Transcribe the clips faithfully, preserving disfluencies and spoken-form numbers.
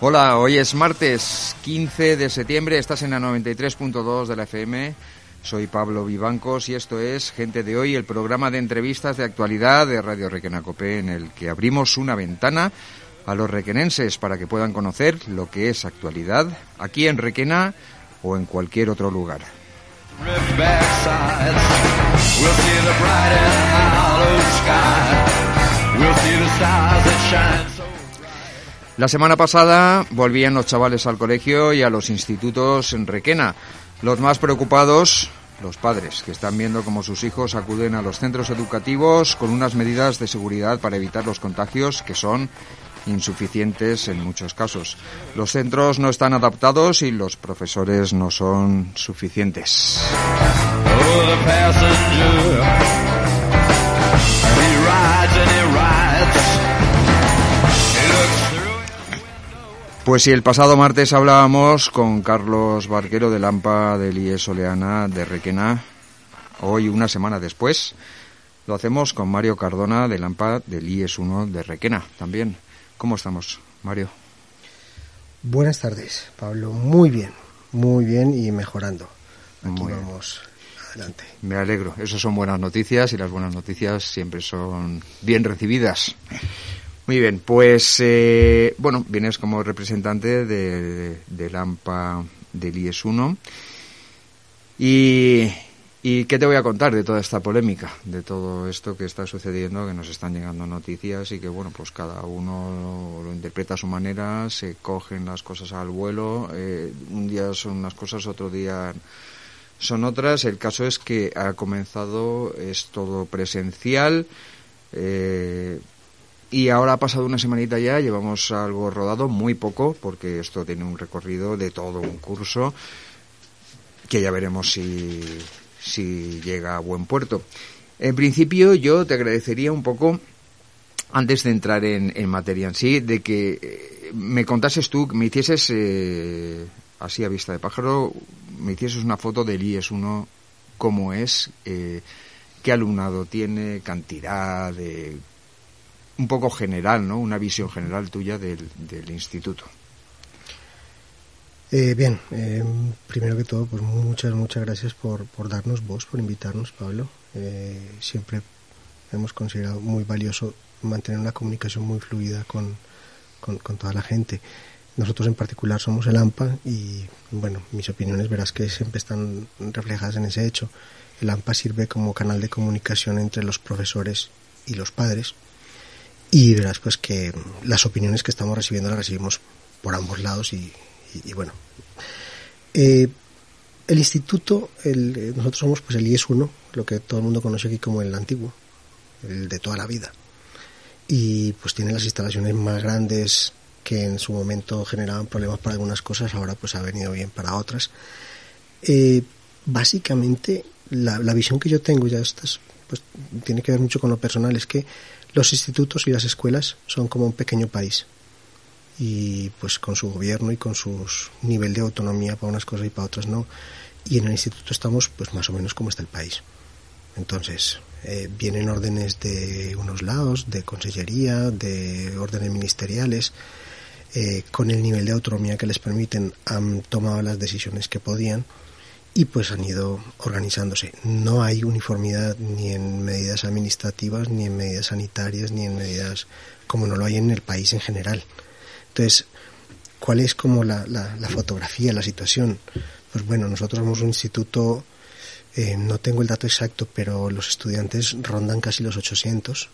Hola, hoy es martes quince de septiembre, estás en la noventa y tres punto dos de la F M. Soy Pablo Vivancos y esto es Gente de Hoy, el programa de entrevistas de actualidad de Radio Requena Cope, en el que abrimos una ventana a los requenenses para que puedan conocer lo que es actualidad aquí en Requena o en cualquier otro lugar. La semana pasada volvían los chavales al colegio y a los institutos en Requena. Los más preocupados, los padres, que están viendo cómo sus hijos acuden a los centros educativos con unas medidas de seguridad para evitar los contagios que son insuficientes en muchos casos. Los centros no están adaptados y los profesores no son suficientes. Pues si el pasado martes hablábamos con Carlos Barquero del AMPA del I E S Oleana de Requena, hoy, una semana después, lo hacemos con Mario Cardona del AMPA del I E S uno de Requena también. ¿Cómo estamos, Mario? Buenas tardes, Pablo. Muy bien, muy bien y mejorando. Aquí muy vamos adelante. Me alegro. Esas son buenas noticias y las buenas noticias siempre son bien recibidas. Muy bien, pues, eh, bueno, vienes como representante de, de, del AMPA del I E S uno. Y, ¿Y qué te voy a contar de toda esta polémica, de todo esto que está sucediendo, que nos están llegando noticias y que, bueno, pues cada uno lo interpreta a su manera, se cogen las cosas al vuelo, eh, un día son unas cosas, otro día son otras. El caso es que ha comenzado, es todo presencial, eh, y ahora ha pasado una semanita ya, llevamos algo rodado, muy poco, porque esto tiene un recorrido de todo un curso, que ya veremos si, si llega a buen puerto. En principio, yo te agradecería un poco, antes de entrar en, en materia en sí, de que eh, me contases tú, me hicieses, eh, así a vista de pájaro, me hicieses una foto del I E S uno, cómo es, eh, qué alumnado tiene, cantidad de... un poco general, ¿no? Una visión general tuya del, del instituto. Eh, bien, eh, primero que todo, pues muchas, muchas gracias por, por darnos voz, por invitarnos, Pablo. Eh, siempre hemos considerado muy valioso mantener una comunicación muy fluida con, con, con toda la gente. Nosotros en particular somos el AMPA y, bueno, mis opiniones verás que siempre están reflejadas en ese hecho. El AMPA sirve como canal de comunicación entre los profesores y los padres. Y verás pues que las opiniones que estamos recibiendo las recibimos por ambos lados y, y, y bueno. Eh, el instituto, el, nosotros somos pues el I E S uno, lo que todo el mundo conoce aquí como el antiguo, el de toda la vida. Y pues tiene las instalaciones más grandes que en su momento generaban problemas para algunas cosas, ahora pues ha venido bien para otras. Eh, básicamente la, la visión que yo tengo, ya estas, pues tiene que ver mucho con lo personal, es que los institutos y las escuelas son como un pequeño país y pues con su gobierno y con su nivel de autonomía para unas cosas y para otras no, y en el instituto estamos pues más o menos como está el país. Entonces eh, vienen órdenes de unos lados, de consellería, de órdenes ministeriales, eh, con el nivel de autonomía que les permiten han tomado las decisiones que podían y pues han ido organizándose. No hay uniformidad ni en medidas administrativas, ni en medidas sanitarias, ni en medidas como no lo hay en el país en general. Entonces, ¿cuál es como la, la, la fotografía, la situación? Pues bueno, nosotros somos un instituto, eh, no tengo el dato exacto, pero los estudiantes rondan casi los ochocientos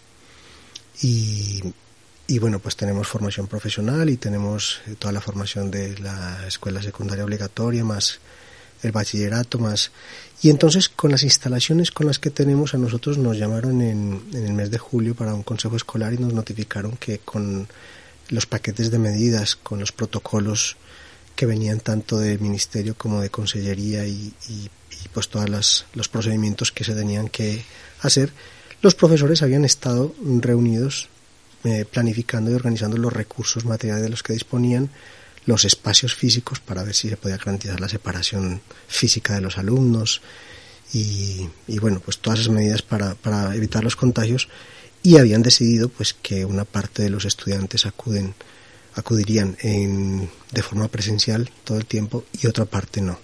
y, y bueno, pues tenemos formación profesional y tenemos toda la formación de la escuela secundaria obligatoria, más el bachillerato más, y entonces con las instalaciones con las que tenemos, a nosotros nos llamaron en, en el mes de julio para un consejo escolar y nos notificaron que con los paquetes de medidas, con los protocolos que venían tanto del ministerio como de consellería y, y, y pues todos las, los procedimientos que se tenían que hacer, los profesores habían estado reunidos eh, planificando y organizando los recursos materiales de los que disponían, los espacios físicos para ver si se podía garantizar la separación física de los alumnos y, y bueno, pues todas esas medidas para, para evitar los contagios, y habían decidido pues que una parte de los estudiantes acuden acudirían en, de forma presencial todo el tiempo y otra parte no.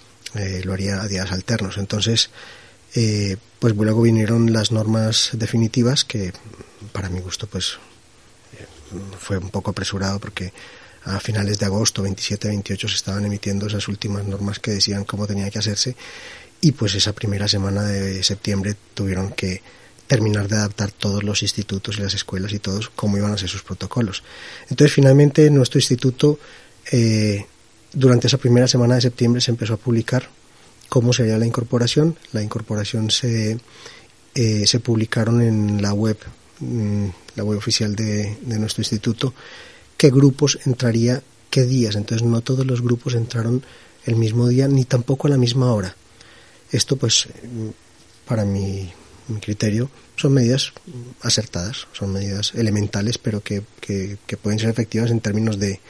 Eh, lo haría a días alternos. Entonces, eh, pues luego vinieron las normas definitivas que, para mi gusto, pues eh, fue un poco apresurado porque a finales de agosto, veintisiete, veintiocho, se estaban emitiendo esas últimas normas que decían cómo tenía que hacerse, y pues esa primera semana de septiembre tuvieron que terminar de adaptar todos los institutos y las escuelas y todos cómo iban a ser sus protocolos. Entonces, finalmente, nuestro instituto, eh, durante esa primera semana de septiembre, se empezó a publicar cómo sería la incorporación. La incorporación se, eh, se publicaron en la web, mmm, la web oficial de, de nuestro instituto, qué grupos entraría, qué días. Entonces, no todos los grupos entraron el mismo día, ni tampoco a la misma hora. Esto, pues, para mi, mi criterio, son medidas acertadas, son medidas elementales, pero que, que, que pueden ser efectivas en términos de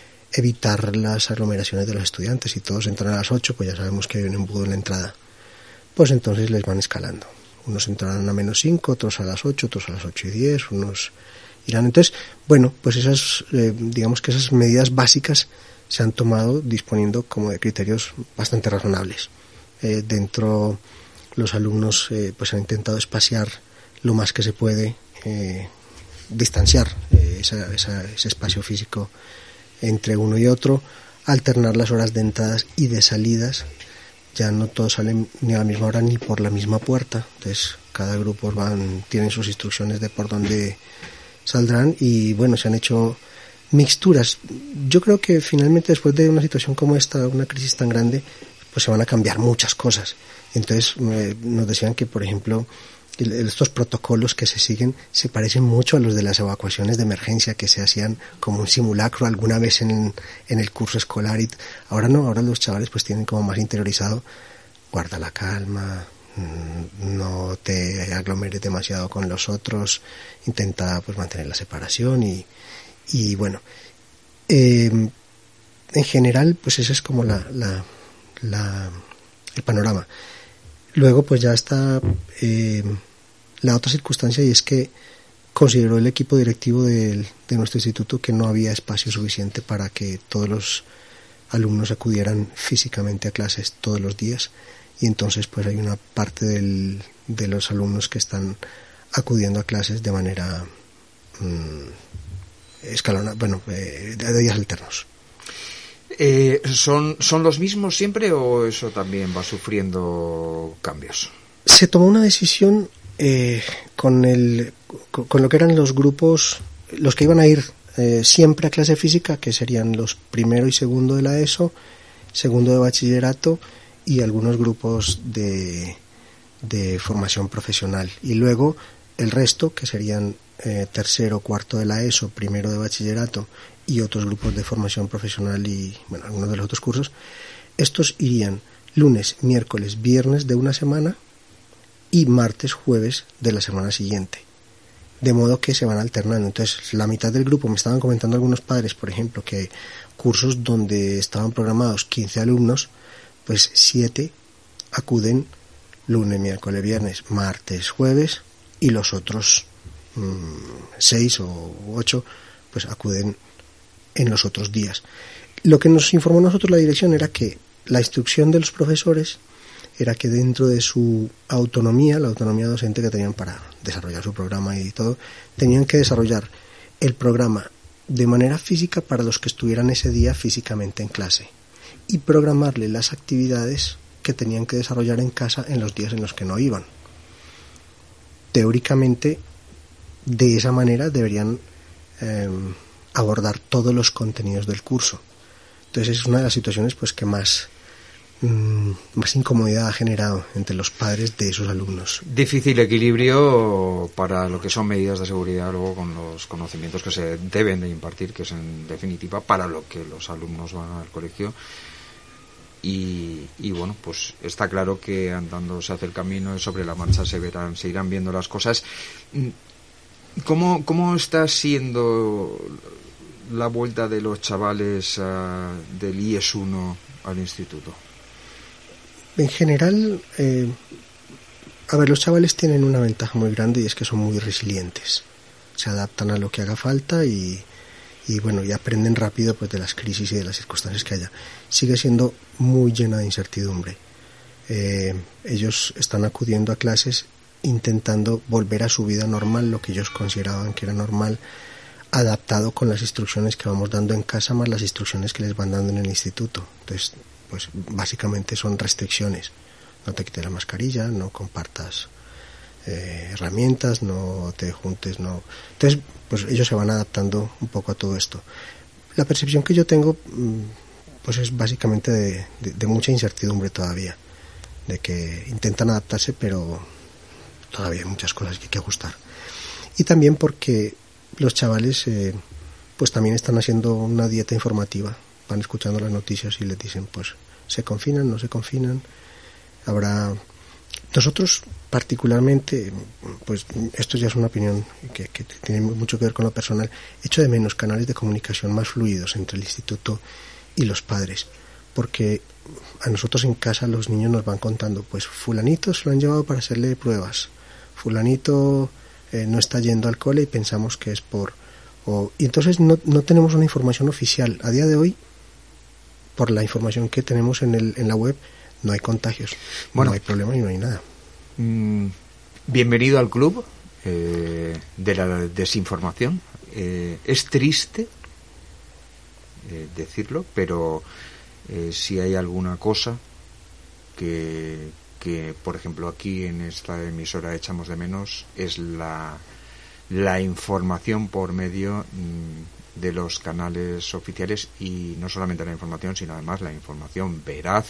evitar las aglomeraciones de los estudiantes. Si todos entran a las ocho, pues ya sabemos que hay un embudo en la entrada. Pues entonces les van escalando. Unos entrarán a menos cinco, otros a las ocho, otros a las ocho y diez, unos irán. Entonces, bueno, pues esas, eh, digamos que esas medidas básicas se han tomado disponiendo como de criterios bastante razonables. Eh, dentro los alumnos eh, pues han intentado espaciar lo más que se puede, eh, distanciar eh, esa, esa, ese espacio físico entre uno y otro, alternar las horas de entradas y de salidas. Ya no todos salen ni a la misma hora ni por la misma puerta, entonces cada grupo van, tienen sus instrucciones de por dónde saldrán, y bueno, se han hecho mixturas. Yo creo que finalmente, después de una situación como esta, una crisis tan grande, pues se van a cambiar muchas cosas. Entonces eh, nos decían que, por ejemplo, estos protocolos que se siguen se parecen mucho a los de las evacuaciones de emergencia que se hacían como un simulacro alguna vez en, en el curso escolar, y ahora no, ahora los chavales pues tienen como más interiorizado: guarda la calma, no te aglomeres demasiado con los otros, intenta pues mantener la separación, y, y bueno, eh, en general pues ese es como la, la, la el panorama. Luego pues ya está eh, la otra circunstancia, y es que consideró el equipo directivo de, de nuestro instituto que no había espacio suficiente para que todos los alumnos acudieran físicamente a clases todos los días, y entonces pues hay una parte del, de los alumnos que están acudiendo a clases de manera mmm, escalonada, bueno, eh, de días alternos. Eh, ¿son, ¿Son los mismos siempre o eso también va sufriendo cambios? Se tomó una decisión eh, con, el, con, con lo que eran los grupos, los que iban a ir eh, siempre a clase física, que serían los primero y segundo de la ESO, segundo de bachillerato, y algunos grupos de, de formación profesional. Y luego el resto, que serían eh, tercero, cuarto de la ESO, primero de bachillerato, y otros grupos de formación profesional y, bueno, algunos de los otros cursos, estos irían lunes, miércoles, viernes de una semana y martes, jueves de la semana siguiente. De modo que se van alternando. Entonces, la mitad del grupo, me estaban comentando algunos padres, por ejemplo, que cursos donde estaban programados quince alumnos, pues siete acuden lunes, miércoles, viernes, martes, jueves, y los otros mmm, seis o ocho pues acuden en los otros días. Lo que nos informó a nosotros la dirección era que la instrucción de los profesores era que dentro de su autonomía, la autonomía docente que tenían para desarrollar su programa y todo, tenían que desarrollar el programa de manera física para los que estuvieran ese día físicamente en clase, y programarle las actividades que tenían que desarrollar en casa en los días en los que no iban. Teóricamente, de esa manera deberían eh, abordar todos los contenidos del curso. Entonces es una de las situaciones pues que más mmm, más incomodidad ha generado entre los padres de esos alumnos. Difícil equilibrio para lo que son medidas de seguridad luego con los conocimientos que se deben de impartir, que es en definitiva para lo que los alumnos van al colegio. Y, y bueno, pues está claro que andando se hace el camino, sobre la marcha se verán, se irán viendo las cosas. ¿Cómo, cómo está siendo la vuelta de los chavales uh, del I E S uno al instituto? En general, eh, a ver, los chavales tienen una ventaja muy grande, y es que son muy resilientes. Se adaptan a lo que haga falta y, y bueno, y aprenden rápido pues de las crisis y de las circunstancias que haya. Sigue siendo muy llena de incertidumbre. Eh, ellos están acudiendo a clases intentando volver a su vida normal, lo que ellos consideraban que era normal, adaptado con las instrucciones que vamos dando en casa más las instrucciones que les van dando en el instituto. Entonces, pues básicamente son restricciones. No te quites la mascarilla, no compartas eh, herramientas, no te juntes, no. Entonces, pues ellos se van adaptando un poco a todo esto. La percepción que yo tengo, pues es básicamente de, de, de mucha incertidumbre todavía, de que intentan adaptarse, pero todavía hay muchas cosas que hay que ajustar. Y también porque los chavales, eh, pues también están haciendo una dieta informativa, van escuchando las noticias y les dicen, pues, se confinan, no se confinan. Habrá, nosotros particularmente, pues esto ya es una opinión que, que tiene mucho que ver con lo personal, echo de menos canales de comunicación más fluidos entre el instituto y los padres, porque a nosotros en casa los niños nos van contando, pues fulanito se lo han llevado para hacerle pruebas, fulanito eh, no está yendo al cole y pensamos que es por... O, y entonces no, no tenemos una información oficial. A día de hoy, por la información que tenemos en, el, en la web, no hay contagios, bueno, no hay problema y no hay nada. Mmm, bienvenido al club eh, de la desinformación. Eh, es triste eh, decirlo, pero eh, si hay alguna cosa que, que, por ejemplo, aquí en esta emisora echamos de menos, es la, la información por medio mmm, de los canales oficiales, y no solamente la información, sino además la información veraz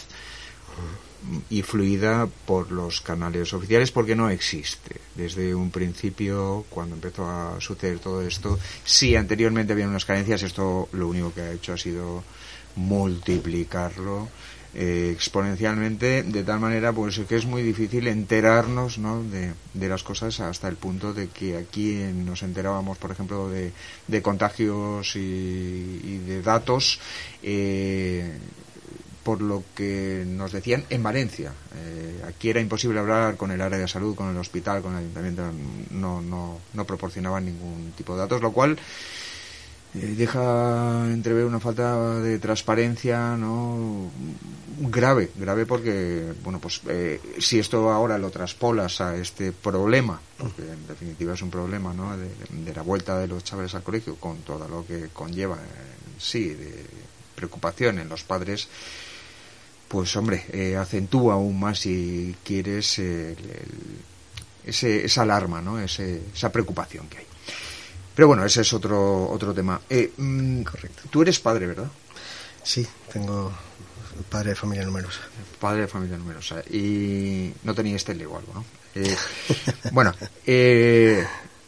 y fluida por los canales oficiales, porque no existe. Desde un principio, cuando empezó a suceder todo esto, sí, anteriormente había unas carencias, esto lo único que ha hecho ha sido multiplicarlo eh, exponencialmente, de tal manera pues que es muy difícil enterarnos, ¿no?, de, de las cosas, hasta el punto de que aquí nos enterábamos, por ejemplo, de, de contagios y, y de datos eh, por lo que nos decían en Valencia. Eh, aquí era imposible hablar con el área de salud, con el hospital, con el ayuntamiento, no, no, no proporcionaban ningún tipo de datos, lo cual eh, deja entrever una falta de transparencia, ¿no?, grave, grave porque, bueno, pues eh, si esto ahora lo traspolas a este problema, porque en definitiva es un problema, ¿no?, de, de la vuelta de los chavales al colegio, con todo lo que conlleva en sí de preocupación en los padres, pues hombre, eh, acentúa aún más, si quieres, el, el, ese, esa alarma, ¿no?, ese, esa preocupación que hay. Pero bueno, ese es otro otro tema. Eh, mm, Correcto. Tú eres padre, ¿verdad? Sí, tengo padre de familia numerosa. Padre de familia numerosa. Y no tenías tele o algo, ¿no? Eh, bueno, eh,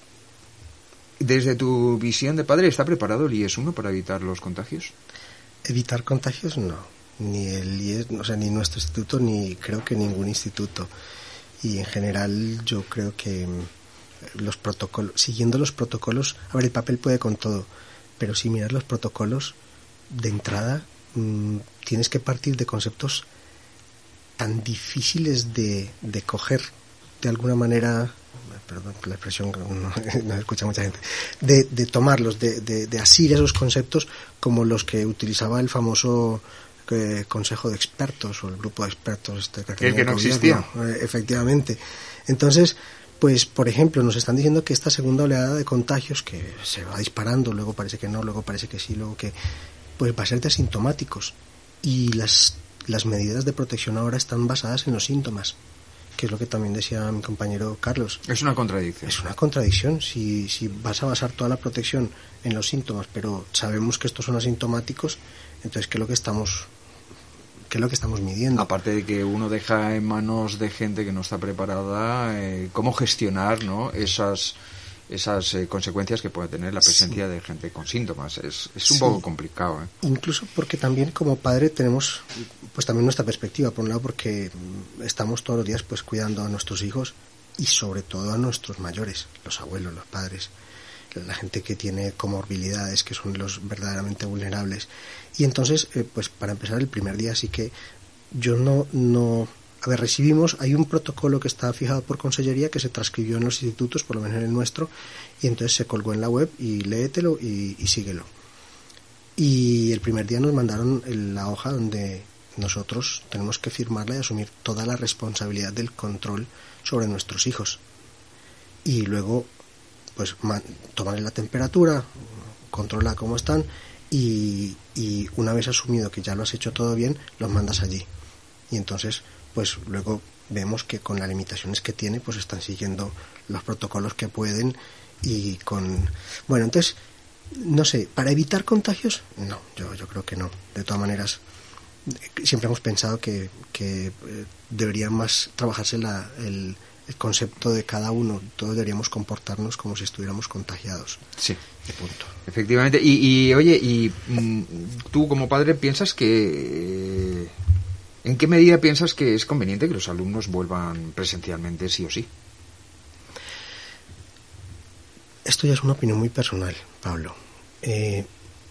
desde tu visión de padre, ¿está preparado el I E S uno para evitar los contagios? Evitar contagios, no. Ni el I E S, o sea, ni nuestro instituto, ni creo que ningún instituto. Y en general yo creo que los protocolos, siguiendo los protocolos, a ver, el papel puede con todo, pero si miras los protocolos de entrada, mmm, tienes que partir de conceptos tan difíciles de, de coger de alguna manera, perdón la expresión, no, no escucha mucha gente, de, de tomarlos, de, de, de asir esos conceptos como los que utilizaba el famoso eh, consejo de expertos o el grupo de expertos este, que, el que no existía, eh, efectivamente. Entonces, pues por ejemplo nos están diciendo que esta segunda oleada de contagios, que se va disparando, luego parece que no, luego parece que sí, luego que pues va a ser de asintomáticos, y las las medidas de protección ahora están basadas en los síntomas, que es lo que también decía mi compañero Carlos. Es una contradicción. Es una contradicción. Si, si vas a basar toda la protección en los síntomas, pero sabemos que estos son asintomáticos, entonces ¿qué es lo que estamos, qué es lo que estamos midiendo? Aparte de que uno deja en manos de gente que no está preparada eh, cómo gestionar, ¿no?, esas esas eh, consecuencias que puede tener la presencia sí. de gente con síntomas. Es, es un sí. poco complicado, ¿eh? Incluso porque también como padre tenemos pues también nuestra perspectiva, por un lado porque estamos todos los días pues cuidando a nuestros hijos y sobre todo a nuestros mayores, los abuelos, los padres, la gente que tiene comorbilidades, que son los verdaderamente vulnerables. Y entonces eh, pues para empezar, el primer día sí que yo no no A ver, recibimos, hay un protocolo que está fijado por Consellería que se transcribió en los institutos, por lo menos en el nuestro, y entonces se colgó en la web y léetelo y, y síguelo. Y el primer día nos mandaron la hoja donde nosotros tenemos que firmarla y asumir toda la responsabilidad del control sobre nuestros hijos. Y luego, pues, tomarle la temperatura, controlar cómo están y, y una vez asumido que ya lo has hecho todo bien, los mandas allí. Y entonces, pues, luego vemos que con las limitaciones que tiene, pues están siguiendo los protocolos que pueden y con... Bueno, entonces, no sé, ¿para evitar contagios? No, yo, yo creo que no. De todas maneras, siempre hemos pensado que, que eh, debería más trabajarse la, el, el concepto de cada uno. Todos deberíamos comportarnos como si estuviéramos contagiados. Sí. De punto. Efectivamente. Y, y oye, y mm, tú como padre piensas que... Eh, ¿en qué medida piensas que es conveniente que los alumnos vuelvan presencialmente sí o sí? Esto ya es una opinión muy personal, Pablo. Eh,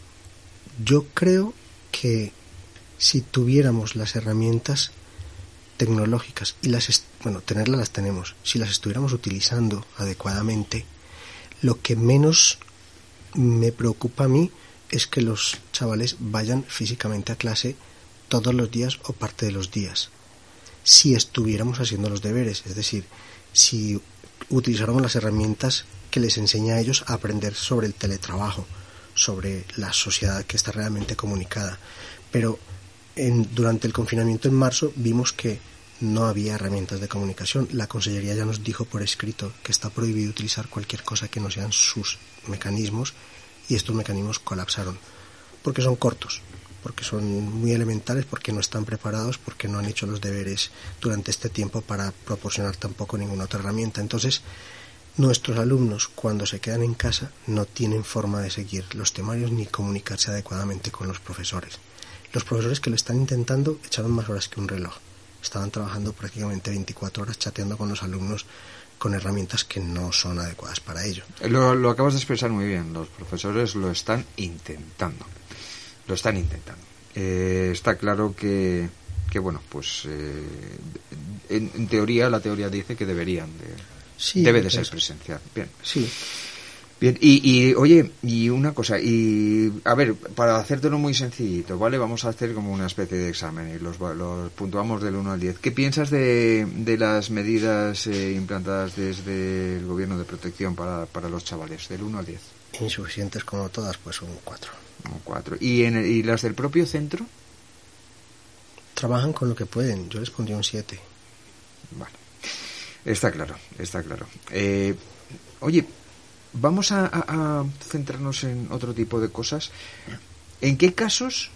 yo creo que si tuviéramos las herramientas tecnológicas y las est- bueno, tenerlas las tenemos, si las estuviéramos utilizando adecuadamente, lo que menos me preocupa a mí es que los chavales vayan físicamente a clase todos los días o parte de los días. Si estuviéramos haciendo los deberes, es decir, si utilizáramos las herramientas que les enseña a ellos a aprender sobre el teletrabajo, sobre la sociedad que está realmente comunicada. Pero en, durante el confinamiento en marzo vimos que no había herramientas de comunicación. La Consellería ya nos dijo por escrito que está prohibido utilizar cualquier cosa que no sean sus mecanismos, y estos mecanismos colapsaron porque son cortos, porque son muy elementales, porque no están preparados, porque no han hecho los deberes durante este tiempo para proporcionar tampoco ninguna otra herramienta. Entonces, nuestros alumnos, cuando se quedan en casa, no tienen forma de seguir los temarios ni comunicarse adecuadamente con los profesores. Los profesores que lo están intentando echaron más horas que un reloj. Estaban trabajando prácticamente veinticuatro horas chateando con los alumnos con herramientas que no son adecuadas para ello. Lo, lo acabas de expresar muy bien. Los profesores lo están intentando. Lo están intentando. Eh, está claro que, que bueno, pues eh, en, en teoría, la teoría dice que deberían de... Sí, debe de ser presencial. Bien. Sí. Bien, y, y oye, y una cosa, y a ver, para hacértelo muy sencillito, ¿vale? Vamos a hacer como una especie de examen y los, los puntuamos del uno al diez. ¿Qué piensas de, de las medidas eh, implantadas desde el gobierno de protección para, para los chavales, del uno al diez? Insuficientes como todas, pues un cuatro. Un cuatro. ¿Y, en el, ¿Y las del propio centro? Trabajan con lo que pueden, yo les pondría un siete. Vale. Está claro, está claro. Eh, oye, vamos a, a, a centrarnos en otro tipo de cosas. ¿En qué casos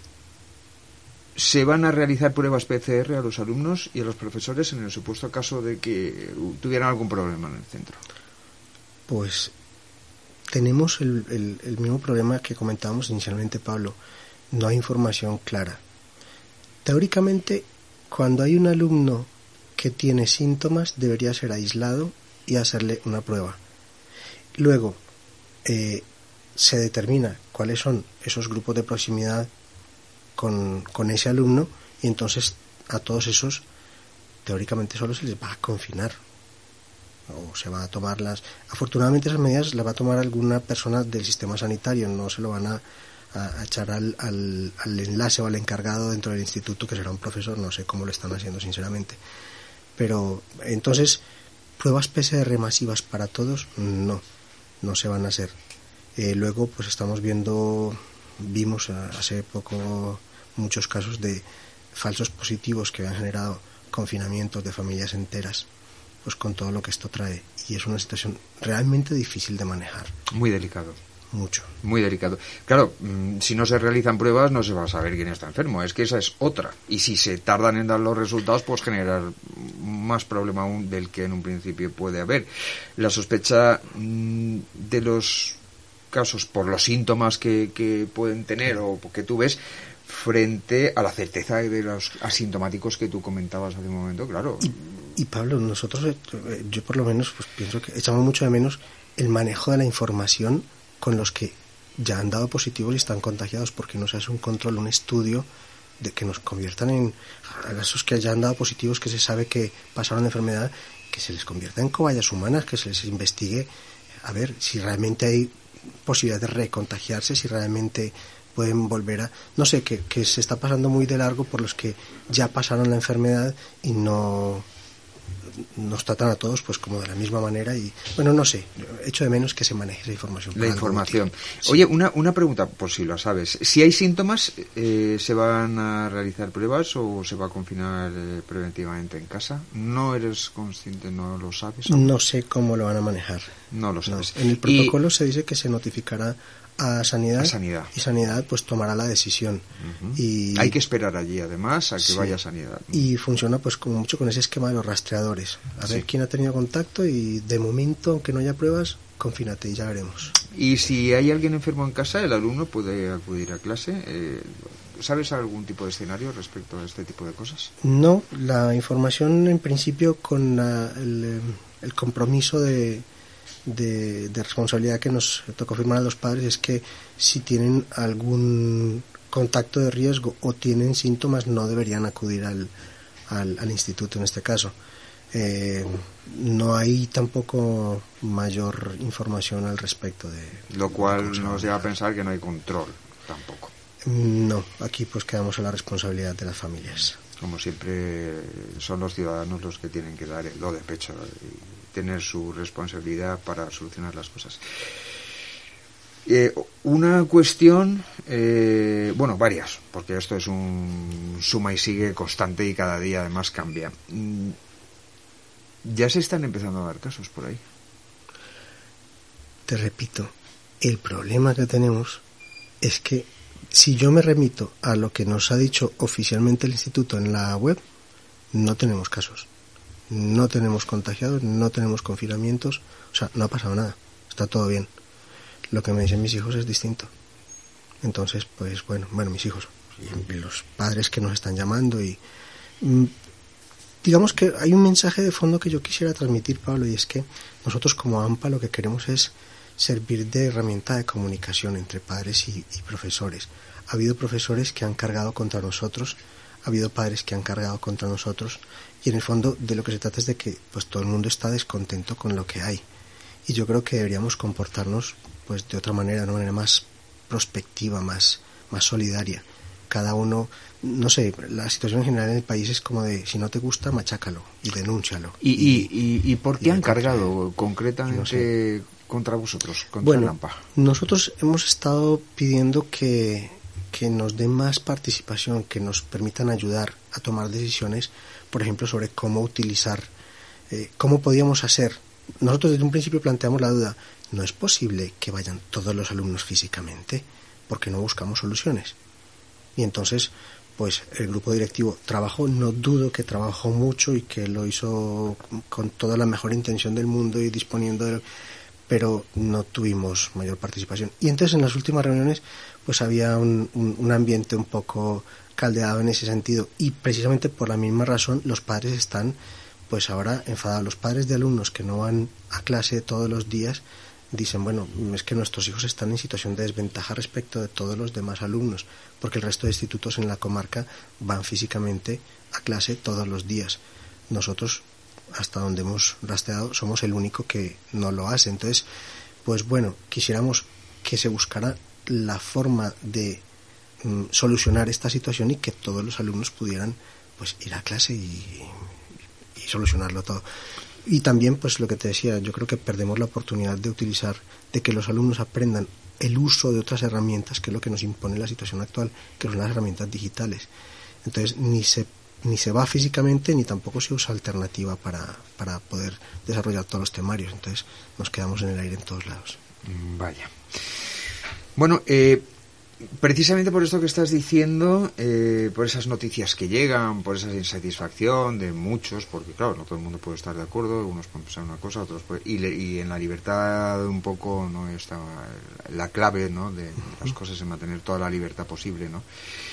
se van a realizar pruebas P C R a los alumnos y a los profesores en el supuesto caso de que tuvieran algún problema en el centro? Pues tenemos el, el, el mismo problema que comentábamos inicialmente, Pablo. No hay información clara. Teóricamente, cuando hay un alumno que tiene síntomas, debería ser aislado y hacerle una prueba. Luego, eh, se determina cuáles son esos grupos de proximidad con, con ese alumno, y entonces a todos esos, teóricamente solo se les va a confinar. O se va a tomar las... Afortunadamente esas medidas las va a tomar alguna persona del sistema sanitario, no se lo van a, a, a echar al, al, al enlace o al encargado dentro del instituto, que será un profesor, no sé cómo lo están haciendo sinceramente. Pero entonces, pruebas P C R masivas para todos, no, no se van a hacer. Eh, luego, pues estamos viendo, vimos hace poco muchos casos de falsos positivos que han generado confinamientos de familias enteras, pues con todo lo que esto trae. Y es una situación realmente difícil de manejar. Muy delicado. Mucho. Muy delicado. Claro, mmm, si no se realizan pruebas no se va a saber quién está enfermo, es que esa es otra. Y si se tardan en dar los resultados, pues generar más problema aún del que en un principio puede haber. La sospecha mmm, de los casos por los síntomas que, que pueden tener o que tú ves frente a la certeza de los asintomáticos que tú comentabas hace un momento, claro. Y, y Pablo, nosotros, yo por lo menos pues pienso que echamos mucho de menos el manejo de la información con los que ya han dado positivos y están contagiados, porque no se hace un control, un estudio de que nos conviertan en a esos que ya han dado positivos, que se sabe que pasaron la enfermedad, que se les convierta en cobayas humanas, que se les investigue a ver si realmente hay posibilidad de recontagiarse, si realmente pueden volver a, no sé, que, que se está pasando muy de largo por los que ya pasaron la enfermedad y no nos tratan a todos pues como de la misma manera. Y bueno, no sé, echo de menos que se maneje esa información. La información. Sí. Oye, una, una pregunta, por si lo sabes. Si hay síntomas, eh, ¿se van a realizar pruebas o se va a confinar eh, preventivamente en casa? ¿No eres consciente, no lo sabes aún? No sé cómo lo van a manejar. No lo sabes. No. En el protocolo y... se dice que se notificará a sanidad, a sanidad y sanidad pues tomará la decisión. Uh-huh. Y hay que esperar allí además a que sí. vaya a sanidad. Y funciona pues como mucho con ese esquema de los rastreadores, a sí. ver quién ha tenido contacto y de momento, aunque no haya pruebas, confínate y ya veremos. Y si hay alguien enfermo en casa, el alumno puede acudir a clase. eh, ¿Sabes algún tipo de escenario respecto a este tipo de cosas? No, la información en principio con la, el, el compromiso de De, de responsabilidad que nos tocó firmar a los padres es que si tienen algún contacto de riesgo o tienen síntomas no deberían acudir al, al, al instituto en este caso. Eh, no hay tampoco mayor información al respecto de lo cual de nos lleva a pensar que no hay control tampoco. No, aquí pues quedamos a la responsabilidad de las familias. Como siempre son los ciudadanos los que tienen que dar el do de pecho y tener su responsabilidad para solucionar las cosas. Eh, una cuestión, eh, bueno, varias, porque esto es un suma y sigue constante y cada día además cambia. Ya se están empezando a dar casos por ahí. Te repito, el problema que tenemos es que si yo me remito a lo que nos ha dicho oficialmente el instituto en la web, no tenemos casos, no tenemos contagiados, no tenemos confinamientos, o sea, no ha pasado nada, está todo bien. Lo que me dicen mis hijos es distinto. Entonces, pues bueno, bueno, mis hijos y los padres que nos están llamando y mmm, digamos que hay un mensaje de fondo que yo quisiera transmitir, Pablo, y es que nosotros como AMPA lo que queremos es servir de herramienta de comunicación entre padres y, y profesores. Ha habido profesores que han cargado contra nosotros, ha habido padres que han cargado contra nosotros, y en el fondo de lo que se trata es de que pues todo el mundo está descontento con lo que hay. Y yo creo que deberíamos comportarnos pues de otra manera, de una manera más prospectiva, más, más solidaria. Cada uno, no sé, la situación en general en el país es como de, si no te gusta, machácalo y denúncialo. ¿Y, y, y, y por qué han cargado contra, concretamente no sé. contra vosotros, contra bueno, el AMPA? Nosotros hemos estado pidiendo que, que nos den más participación, que nos permitan ayudar a tomar decisiones, por ejemplo, sobre cómo utilizar, eh, cómo podíamos hacer. Nosotros desde un principio planteamos la duda, no es posible que vayan todos los alumnos físicamente, porque no buscamos soluciones. Y entonces, pues el grupo directivo trabajó, no dudo que trabajó mucho y que lo hizo con toda la mejor intención del mundo y disponiendo de lo, pero no tuvimos mayor participación. Y entonces en las últimas reuniones pues había un, un, un ambiente un poco caldeado en ese sentido, y precisamente por la misma razón los padres están pues ahora enfadados. Los padres de alumnos que no van a clase todos los días dicen, bueno, es que nuestros hijos están en situación de desventaja respecto de todos los demás alumnos, porque el resto de institutos en la comarca van físicamente a clase todos los días. Nosotros, hasta donde hemos rastreado, somos el único que no lo hace. Entonces, pues bueno, quisiéramos que se buscara la forma de mm, solucionar esta situación y que todos los alumnos pudieran pues ir a clase y, y solucionarlo todo. Y también, pues lo que te decía, yo creo que perdemos la oportunidad de utilizar, de que los alumnos aprendan el uso de otras herramientas, que es lo que nos impone la situación actual, que son las herramientas digitales. Entonces, ni se ni se va físicamente, ni tampoco se usa alternativa para, para poder desarrollar todos los temarios. Entonces, nos quedamos en el aire en todos lados. Vaya. Bueno, eh... precisamente por esto que estás diciendo, eh, por esas noticias que llegan, por esa insatisfacción de muchos, porque claro, no todo el mundo puede estar de acuerdo, unos pueden pensar una cosa, otros pueden, y, le, y en la libertad un poco no está la clave, ¿no?, de las cosas, en mantener toda la libertad posible, ¿no?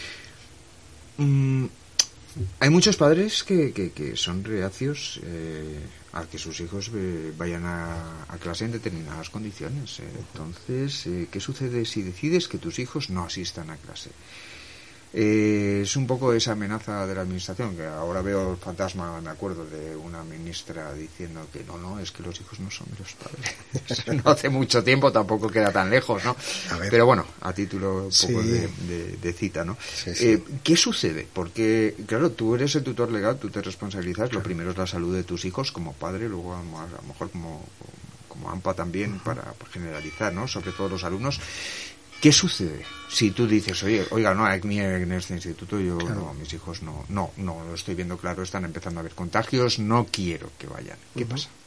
Mm, hay muchos padres que, que, que son reacios eh, a que sus hijos eh, vayan a, a clase en determinadas condiciones. Eh, entonces, eh, ¿qué sucede si decides que tus hijos no asistan a clase? Eh, es un poco esa amenaza de la administración, que ahora veo el fantasma, me acuerdo de una ministra diciendo que no, no, es que los hijos no son de los padres. No hace mucho tiempo, tampoco queda tan lejos, ¿no? Pero bueno, a título un sí. poco de, de, de cita, ¿no? Sí, sí. Eh, ¿Qué sucede? Porque, claro, tú eres el tutor legal, tú te responsabilizas, claro. Lo primero es la salud de tus hijos como padre, luego a, a lo mejor como, como AMPA también, uh-huh. para generalizar, ¿no? Sobre todo los alumnos. ¿Qué sucede si tú dices, oye, oiga, no, aquí en este instituto yo, claro. no, mis hijos no, no, no, lo estoy viendo claro, están empezando a haber contagios, no quiero que vayan? ¿Qué uh-huh. pasa?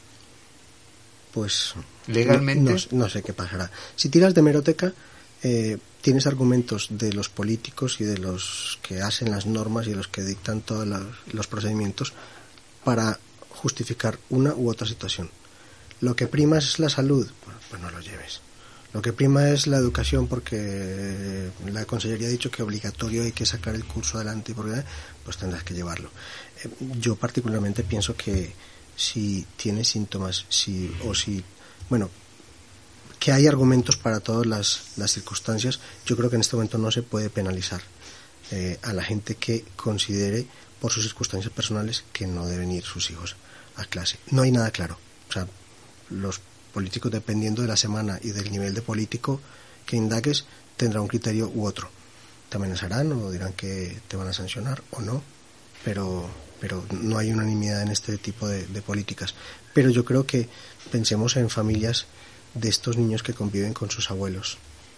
Pues legalmente no, no, no sé qué pasará. Si tiras de hemeroteca, eh, tienes argumentos de los políticos y de los que hacen las normas y de los que dictan todos los, los procedimientos para justificar una u otra situación. Lo que prima es la salud, bueno, pues no lo lleves. Lo que prima es la educación, porque la Consellería ha dicho que obligatorio hay que sacar el curso adelante, y porque pues tendrás que llevarlo. Eh, yo particularmente pienso que si tienes síntomas, si o si, bueno, que hay argumentos para todas las, las circunstancias, yo creo que en este momento no se puede penalizar eh, a la gente que considere por sus circunstancias personales que no deben ir sus hijos a clase. No hay nada claro. O sea, los políticos, dependiendo de la semana y del nivel de político que indagues, tendrá un criterio u otro. Te amenazarán o dirán que te van a sancionar o no, pero pero no hay unanimidad en este tipo de, de políticas. Pero yo creo que pensemos en familias de estos niños que conviven con sus abuelos,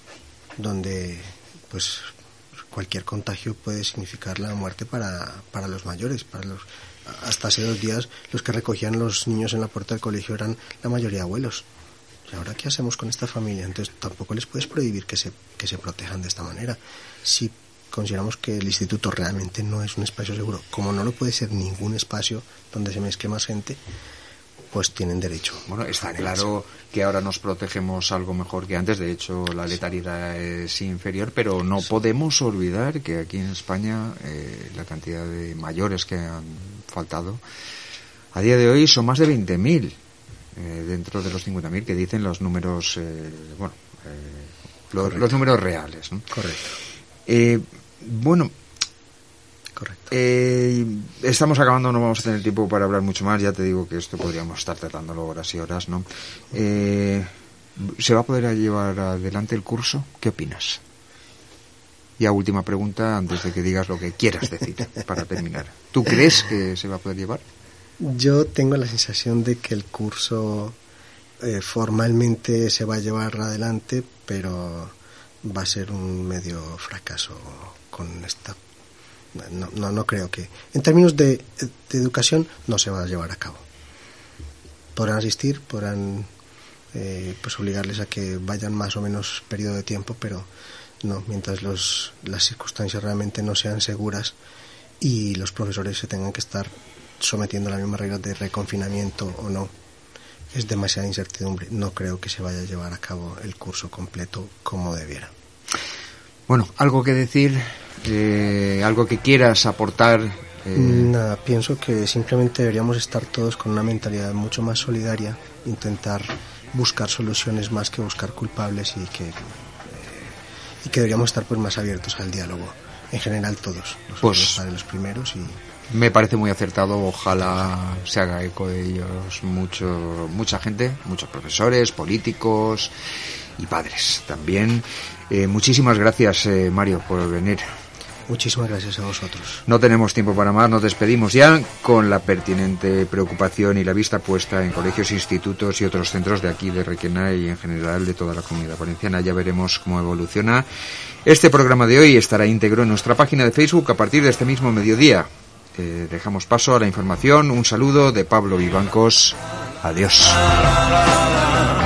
donde pues cualquier contagio puede significar la muerte para, para los mayores, para los hasta hace dos días los que recogían los niños en la puerta del colegio eran la mayoría abuelos. ¿Y ahora qué hacemos con esta familia? Entonces tampoco les puedes prohibir que se, que se protejan de esta manera. Si consideramos que el instituto realmente no es un espacio seguro, como no lo puede ser ningún espacio donde se mezcle más gente, pues tienen derecho. Bueno, está claro que ahora nos protegemos algo mejor que antes. De hecho, la letalidad es inferior, pero no sí. podemos olvidar que aquí en España eh, la cantidad de mayores que han faltado a día de hoy son más de veinte mil, eh, dentro de los cincuenta mil que dicen los números, eh, bueno, eh, los, los números reales, ¿no? Correcto. Eh, bueno, Correcto. Eh, estamos acabando, no vamos a tener tiempo para hablar mucho más. Ya te digo que esto podríamos estar tratándolo horas y horas, ¿no? Eh, ¿Se va a poder llevar adelante el curso? ¿Qué opinas? Ya última pregunta antes de que digas lo que quieras decir para terminar. ¿Tú crees que se va a poder llevar? Yo tengo la sensación de que el curso eh, formalmente se va a llevar adelante, pero va a ser un medio fracaso con esta. No, no, no creo que... En términos de, de educación no se va a llevar a cabo. Podrán asistir, podrán eh, pues obligarles a que vayan más o menos periodo de tiempo, pero no, mientras los, las circunstancias realmente no sean seguras y los profesores se tengan que estar sometiendo a las mismas reglas de reconfinamiento o no, es demasiada incertidumbre. No creo que se vaya a llevar a cabo el curso completo como debiera. Bueno, ¿algo que decir? Eh, ¿Algo que quieras aportar? Eh... Nada, pienso que simplemente deberíamos estar todos con una mentalidad mucho más solidaria, intentar buscar soluciones más que buscar culpables y que, eh, y que deberíamos estar pues más abiertos al diálogo, en general todos, nosotros pues, los padres los primeros. Y me parece muy acertado, ojalá se haga eco de ellos mucho, mucha gente, muchos profesores, políticos y padres también. Eh, muchísimas gracias, eh, Mario, por venir. Muchísimas gracias a vosotros. No tenemos tiempo para más, nos despedimos ya con la pertinente preocupación y la vista puesta en colegios, institutos y otros centros de aquí, de Requena y en general de toda la Comunidad Valenciana. Ya veremos cómo evoluciona. Este programa de hoy estará íntegro en nuestra página de Facebook a partir de este mismo mediodía. Eh, dejamos paso a la información. Un saludo de Pablo Vivancos. Adiós.